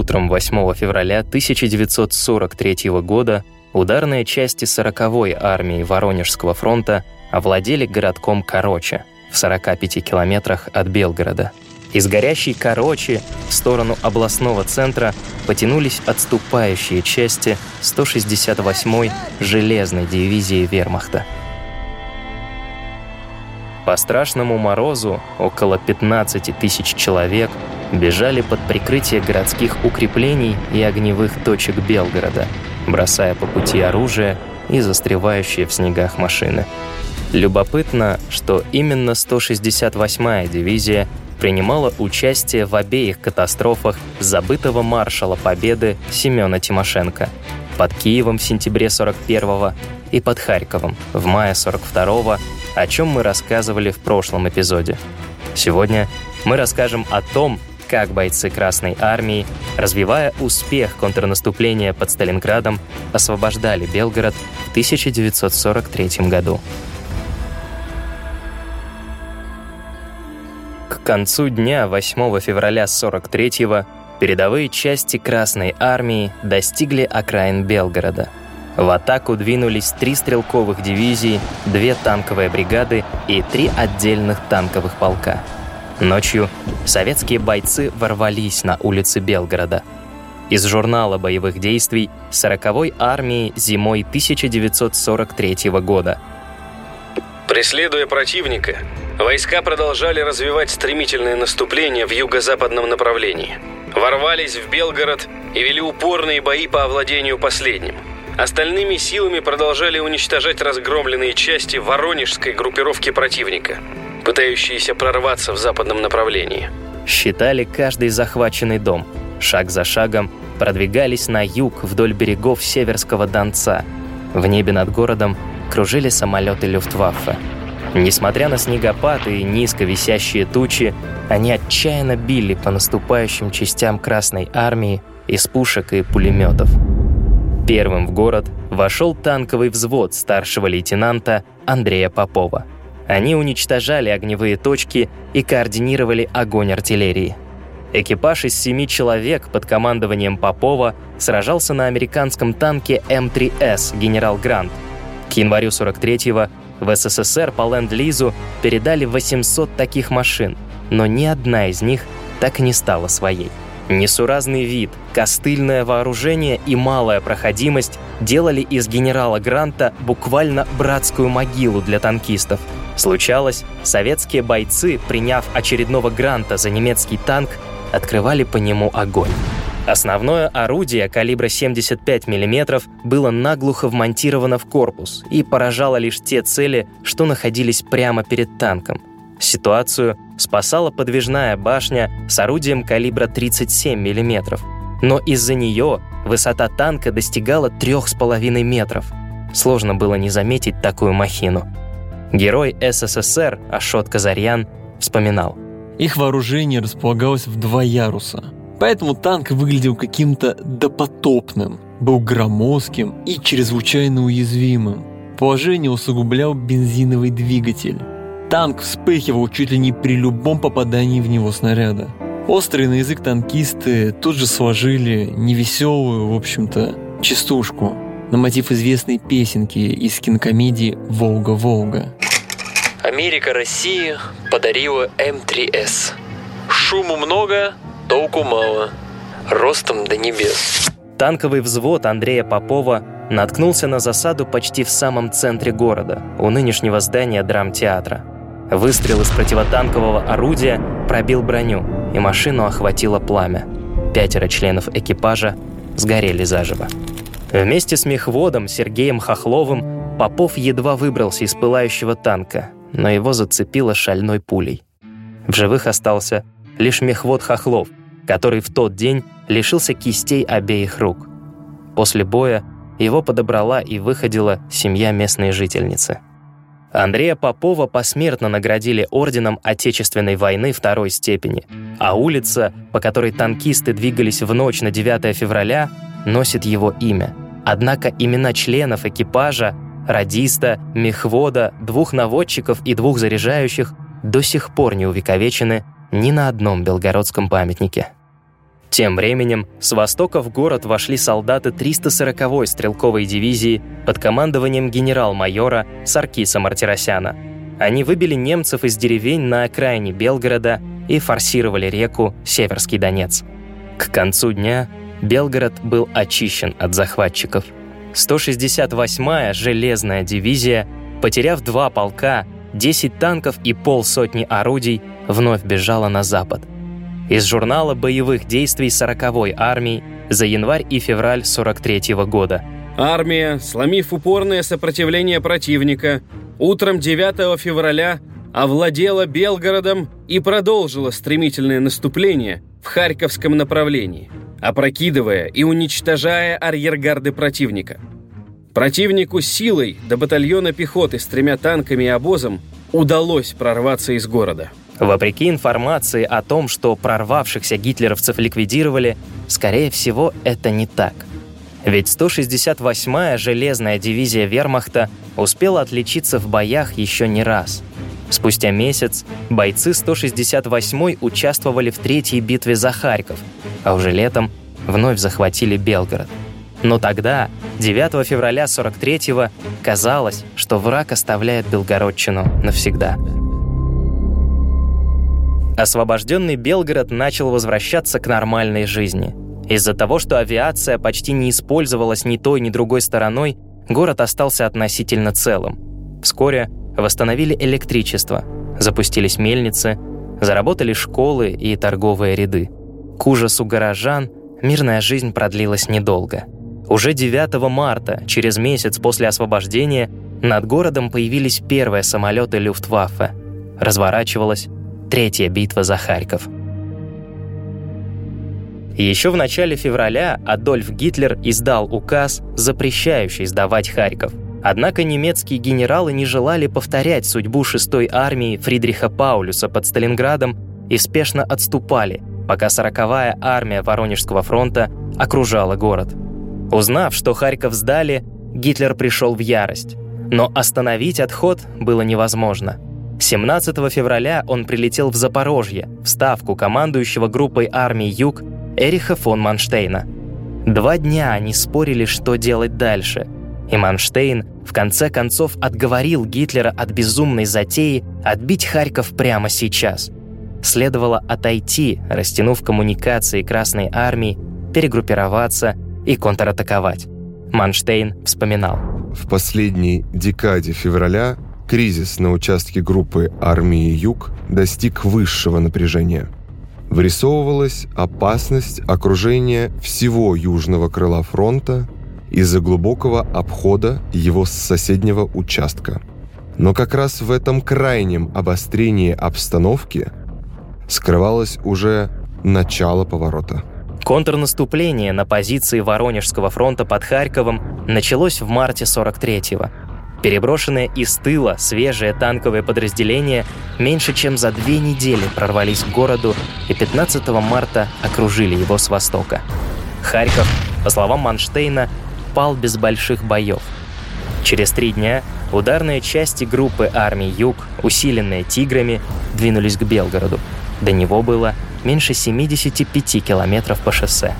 Утром 8 февраля 1943 года ударные части 40-й армии Воронежского фронта овладели городком Короче в 45 километрах от Белгорода. Из горящей Корочи в сторону областного центра потянулись отступающие части 168-й железной дивизии вермахта. По страшному морозу около 15 тысяч человек бежали под прикрытие городских укреплений и огневых точек Белгорода, бросая по пути оружие и застревающие в снегах машины. Любопытно, что именно 168-я дивизия принимала участие в обеих катастрофах забытого маршала Победы Семена Тимошенко под Киевом в сентябре 41-го и под Харьковом в мае 42-го, о чем мы рассказывали в прошлом эпизоде. Сегодня мы расскажем о том, как бойцы Красной Армии, развивая успех контрнаступления под Сталинградом, освобождали Белгород в 1943 году. К концу дня 8 февраля 43-го передовые части Красной Армии достигли окраин Белгорода. В атаку двинулись 3 стрелковых дивизии, 2 танковые бригады и 3 отдельных танковых полка. Ночью советские бойцы ворвались на улицы Белгорода. Из журнала боевых действий 40-й армии зимой 1943 года. Преследуя противника, войска продолжали развивать стремительное наступление в юго-западном направлении. Ворвались в Белгород и вели упорные бои по овладению последним. Остальными силами продолжали уничтожать разгромленные части воронежской группировки противника, пытающиеся прорваться в западном направлении. Считали каждый захваченный дом. Шаг за шагом продвигались на юг вдоль берегов Северского Донца. В небе над городом кружили самолеты Люфтваффе. Несмотря на снегопад и низко висящие тучи, они отчаянно били по наступающим частям Красной Армии из пушек и пулеметов. Первым в город вошел танковый взвод старшего лейтенанта Андрея Попова. Они уничтожали огневые точки и координировали огонь артиллерии. Экипаж из 7 человек под командованием Попова сражался на американском танке М3С «Генерал Грант». К январю 43-го в СССР по ленд-лизу передали 800 таких машин, но ни одна из них так и не стала своей. Несуразный вид, костыльное вооружение и малая проходимость делали из генерала Гранта буквально братскую могилу для танкистов. Случалось, советские бойцы, приняв очередного Гранта за немецкий танк, открывали по нему огонь. Основное орудие калибра 75 мм было наглухо вмонтировано в корпус и поражало лишь те цели, что находились прямо перед танком. Ситуацию спасала подвижная башня с орудием калибра 37 мм, но из-за нее высота танка достигала 3,5 метров. Сложно было не заметить такую махину. Герой СССР Ашот Казарьян вспоминал: их вооружение располагалось в 2 яруса, поэтому танк выглядел каким-то допотопным, был громоздким и чрезвычайно уязвимым. Положение усугублял бензиновый двигатель. Танк вспыхивал чуть ли не при любом попадании в него снаряда. Острые на язык танкисты тут же сложили невеселую, в общем-то, частушку на мотив известной песенки из кинокомедии «Волга-Волга». Америка России подарила М3С. Шуму много, толку мало. Ростом до небес. Танковый взвод Андрея Попова наткнулся на засаду почти в самом центре города, у нынешнего здания драмтеатра. Выстрел из противотанкового орудия пробил броню, и машину охватило пламя. 5 членов экипажа сгорели заживо. Вместе с мехводом Сергеем Хохловым Попов едва выбрался из пылающего танка, но его зацепило шальной пулей. В живых остался лишь мехвод Хохлов, который в тот день лишился кистей обеих рук. После боя его подобрала и выходила семья местной жительницы. Андрея Попова посмертно наградили орденом Отечественной войны 2-й степени, а улица, по которой танкисты двигались в ночь на 9 февраля, носит его имя. Однако имена членов экипажа, радиста, мехвода, 2 наводчиков и 2 заряжающих до сих пор не увековечены ни на одном белгородском памятнике. Тем временем с востока в город вошли солдаты 340-й стрелковой дивизии под командованием генерал-майора Саркиса Мартиросяна. Они выбили немцев из деревень на окраине Белгорода и форсировали реку Северский Донец. К концу дня Белгород был очищен от захватчиков. 168-я железная дивизия, потеряв 2 полка, 10 танков и 50 орудий, вновь бежала на запад. Из журнала боевых действий 40-й армии за январь и февраль 43-го года. Армия, сломив упорное сопротивление противника, утром 9 февраля овладела Белгородом и продолжила стремительное наступление в Харьковском направлении, опрокидывая и уничтожая арьергарды противника. Противнику силой до батальона пехоты с 3 танками и обозом удалось прорваться из города. Вопреки информации о том, что прорвавшихся гитлеровцев ликвидировали, скорее всего, это не так. Ведь 168-я железная дивизия вермахта успела отличиться в боях еще не раз. Спустя месяц бойцы 168-й участвовали в 3-й битве за Харьков, а уже летом вновь захватили Белгород. Но тогда, 9 февраля 43-го, казалось, что враг оставляет Белгородчину навсегда. Освобожденный Белгород начал возвращаться к нормальной жизни. Из-за того, что авиация почти не использовалась ни той, ни другой стороной, город остался относительно целым. Вскоре восстановили электричество, запустились мельницы, заработали школы и торговые ряды. К ужасу горожан мирная жизнь продлилась недолго. Уже 9 марта, через месяц после освобождения, над городом появились первые самолеты Люфтваффе. Разворачивалась 3-я битва за Харьков. Еще в начале февраля Адольф Гитлер издал указ, запрещающий сдавать Харьков. Однако немецкие генералы не желали повторять судьбу 6-й армии Фридриха Паулюса под Сталинградом и спешно отступали, пока 40-я армия Воронежского фронта окружала город. Узнав, что Харьков сдали, Гитлер пришел в ярость. Но остановить отход было невозможно. 17 февраля он прилетел в Запорожье, в ставку командующего группой армий «Юг» Эриха фон Манштейна. 2 дня они спорили, что делать дальше. И Манштейн в конце концов отговорил Гитлера от безумной затеи отбить Харьков прямо сейчас. Следовало отойти, растянув коммуникации Красной армии, перегруппироваться и контратаковать. Манштейн вспоминал. В последней декаде февраля кризис на участке группы армии «Юг» достиг высшего напряжения. Вырисовывалась опасность окружения всего южного крыла фронта из-за глубокого обхода его с соседнего участка. Но как раз в этом крайнем обострении обстановки скрывалось уже начало поворота. Контрнаступление на позиции Воронежского фронта под Харьковом началось в марте 43-го. Переброшенные из тыла свежие танковые подразделения меньше чем за 2 недели прорвались к городу и 15 марта окружили его с востока. Харьков, по словам Манштейна, пал без больших боев. Через 3 дня ударные части группы армий «Юг», усиленные «Тиграми», двинулись к Белгороду. До него было меньше 75 километров по шоссе.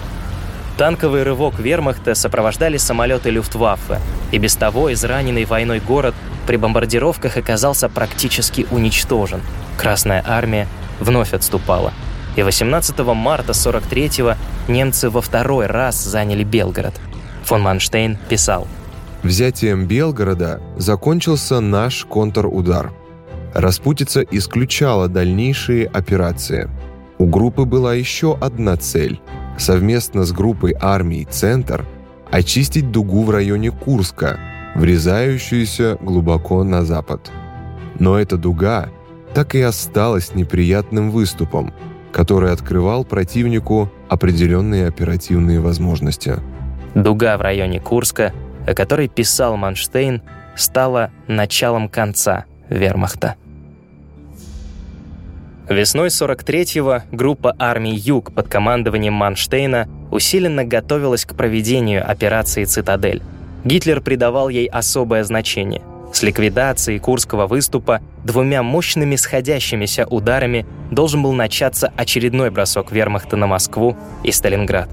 Танковый рывок вермахта сопровождали самолеты Люфтваффе, и без того израненный войной город при бомбардировках оказался практически уничтожен. Красная армия вновь отступала, и 18 марта 43-го немцы во 2-й раз заняли Белгород. Фон Манштейн писал: «Взятием Белгорода закончился наш контрудар. Распутица исключала дальнейшие операции. У группы была еще одна цель – совместно с группой армий «Центр» очистить дугу в районе Курска, врезающуюся глубоко на запад. Но эта дуга так и осталась неприятным выступом, который открывал противнику определенные оперативные возможности». Дуга в районе Курска, о которой писал Манштейн, стала началом конца вермахта. Весной 43-го группа армий «Юг» под командованием Манштейна усиленно готовилась к проведению операции «Цитадель». Гитлер придавал ей особое значение. С ликвидацией Курского выступа 2 мощными сходящимися ударами должен был начаться очередной бросок вермахта на Москву и Сталинград.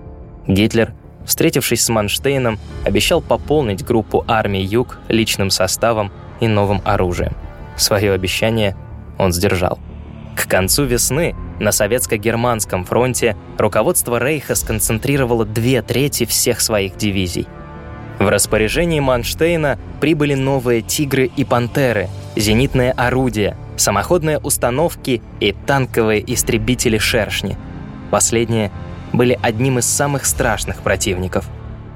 Гитлер, встретившись с Манштейном, обещал пополнить группу армий Юг личным составом и новым оружием. Свое обещание он сдержал. К концу весны на советско-германском фронте руководство Рейха сконцентрировало 2/3 всех своих дивизий. В распоряжении Манштейна прибыли новые «Тигры» и «Пантеры», зенитные орудия, самоходные установки и танковые истребители «Шершни». Последние были одним из самых страшных противников.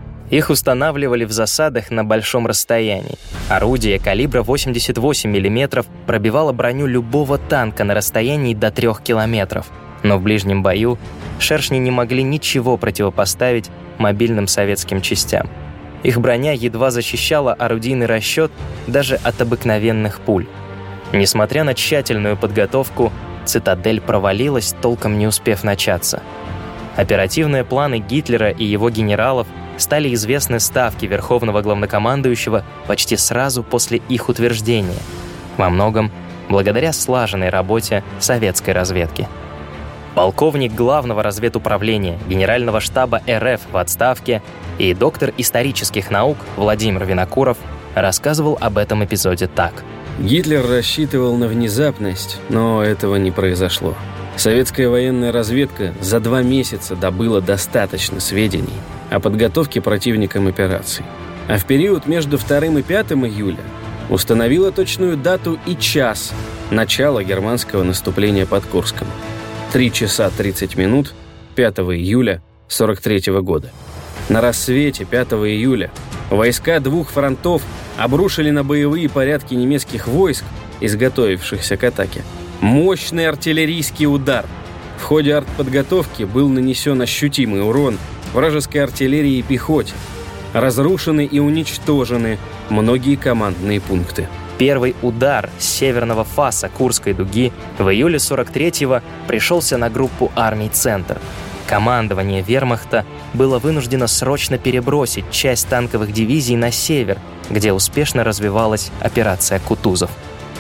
Их устанавливали в засадах на большом расстоянии. Орудие калибра 88 мм пробивало броню любого танка на расстоянии до 3 километров. Но в ближнем бою «Шершни» не могли ничего противопоставить мобильным советским частям. Их броня едва защищала орудийный расчет даже от обыкновенных пуль. Несмотря на тщательную подготовку, цитадель провалилась, толком не успев начаться. Оперативные планы Гитлера и его генералов стали известны Ставке Верховного Главнокомандующего почти сразу после их утверждения, во многом благодаря слаженной работе советской разведки. Полковник Главного разведуправления Генерального штаба РФ в отставке и доктор исторических наук Владимир Винокуров рассказывал об этом эпизоде так. Гитлер рассчитывал на внезапность, но этого не произошло. Советская военная разведка за 2 месяца добыла достаточно сведений о подготовке противником операций. А в период между 2 и 5 июля установила точную дату и час начала германского наступления под Курском. 3 часа 30 минут 5 июля 1943 года. На рассвете 5 июля войска 2 фронтов обрушили на боевые порядки немецких войск, изготовившихся к атаке, мощный артиллерийский удар. В ходе артподготовки был нанесен ощутимый урон вражеской артиллерии и пехоте. Разрушены и уничтожены многие командные пункты. Первый удар с северного фаса Курской дуги в июле 43-го пришелся на группу армий «Центр». Командование вермахта было вынуждено срочно перебросить часть танковых дивизий на север, где успешно развивалась операция «Кутузов».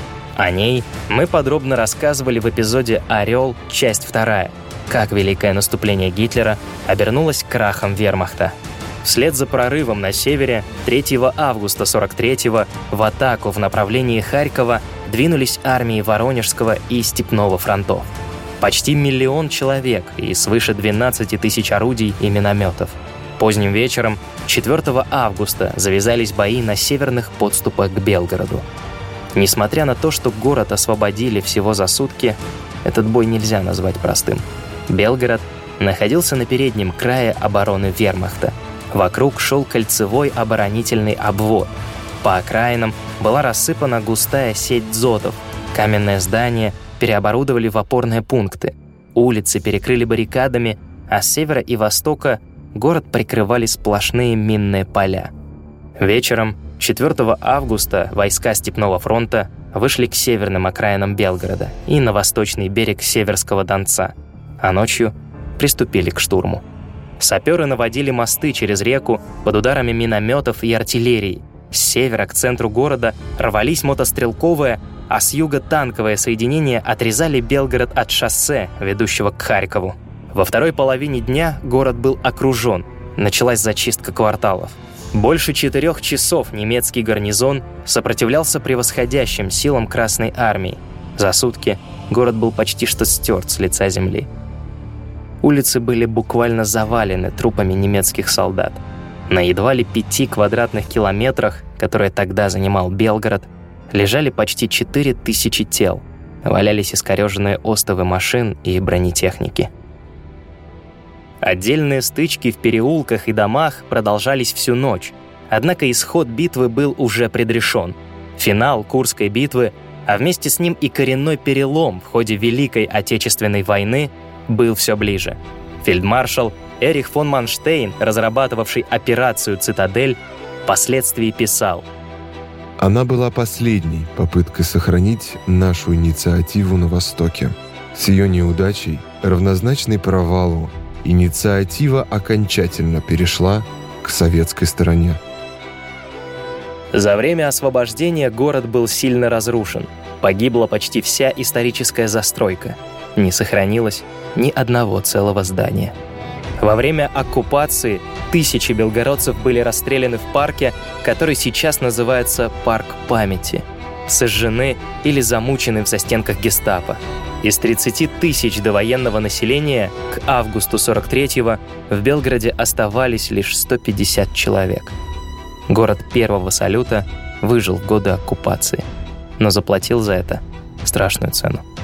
О ней мы подробно рассказывали в эпизоде «Орел. Часть 2», как великое наступление Гитлера обернулось крахом вермахта. Вслед за прорывом на севере 3 августа 43-го в атаку в направлении Харькова двинулись армии Воронежского и Степного фронтов. Почти 1 миллион человек и свыше 12 тысяч орудий и минометов. Поздним вечером 4 августа завязались бои на северных подступах к Белгороду. Несмотря на то, что город освободили всего за сутки, этот бой нельзя назвать простым. Белгород находился на переднем крае обороны вермахта. Вокруг шел кольцевой оборонительный обвод. По окраинам была рассыпана густая сеть дзотов. Каменные здания переоборудовали в опорные пункты. Улицы перекрыли баррикадами, а с севера и востока город прикрывали сплошные минные поля. Вечером 4 августа войска Степного фронта вышли к северным окраинам Белгорода и на восточный берег Северского Донца, а ночью приступили к штурму. Саперы наводили мосты через реку под ударами минометов и артиллерии. С севера к центру города рвались мотострелковые, а с юга танковые соединения отрезали Белгород от шоссе, ведущего к Харькову. Во второй половине дня город был окружен. Началась зачистка кварталов. Больше 4 часов немецкий гарнизон сопротивлялся превосходящим силам Красной армии. За сутки город был почти что стерт с лица земли. Улицы были буквально завалены трупами немецких солдат. На едва ли 5 квадратных километрах, которые тогда занимал Белгород, лежали почти 4000 тел. Валялись искореженные остовы машин и бронетехники. Отдельные стычки в переулках и домах продолжались всю ночь, однако исход битвы был уже предрешен. Финал Курской битвы, а вместе с ним и коренной перелом в ходе Великой Отечественной войны, был все ближе. Фельдмаршал Эрих фон Манштейн, разрабатывавший операцию «Цитадель», впоследствии писал: «Она была последней попыткой сохранить нашу инициативу на Востоке. С ее неудачей, равнозначной провалу, инициатива окончательно перешла к советской стороне». За время освобождения город был сильно разрушен. Погибла почти вся историческая застройка. Не сохранилось ни одного целого здания. Во время оккупации тысячи белгородцев были расстреляны в парке, который сейчас называется «Парк памяти», сожжены или замучены в застенках гестапо. Из 30 тысяч довоенного населения к августу 43-го в Белгороде оставались лишь 150 человек. Город первого салюта выжил в годы оккупации, но заплатил за это страшную цену.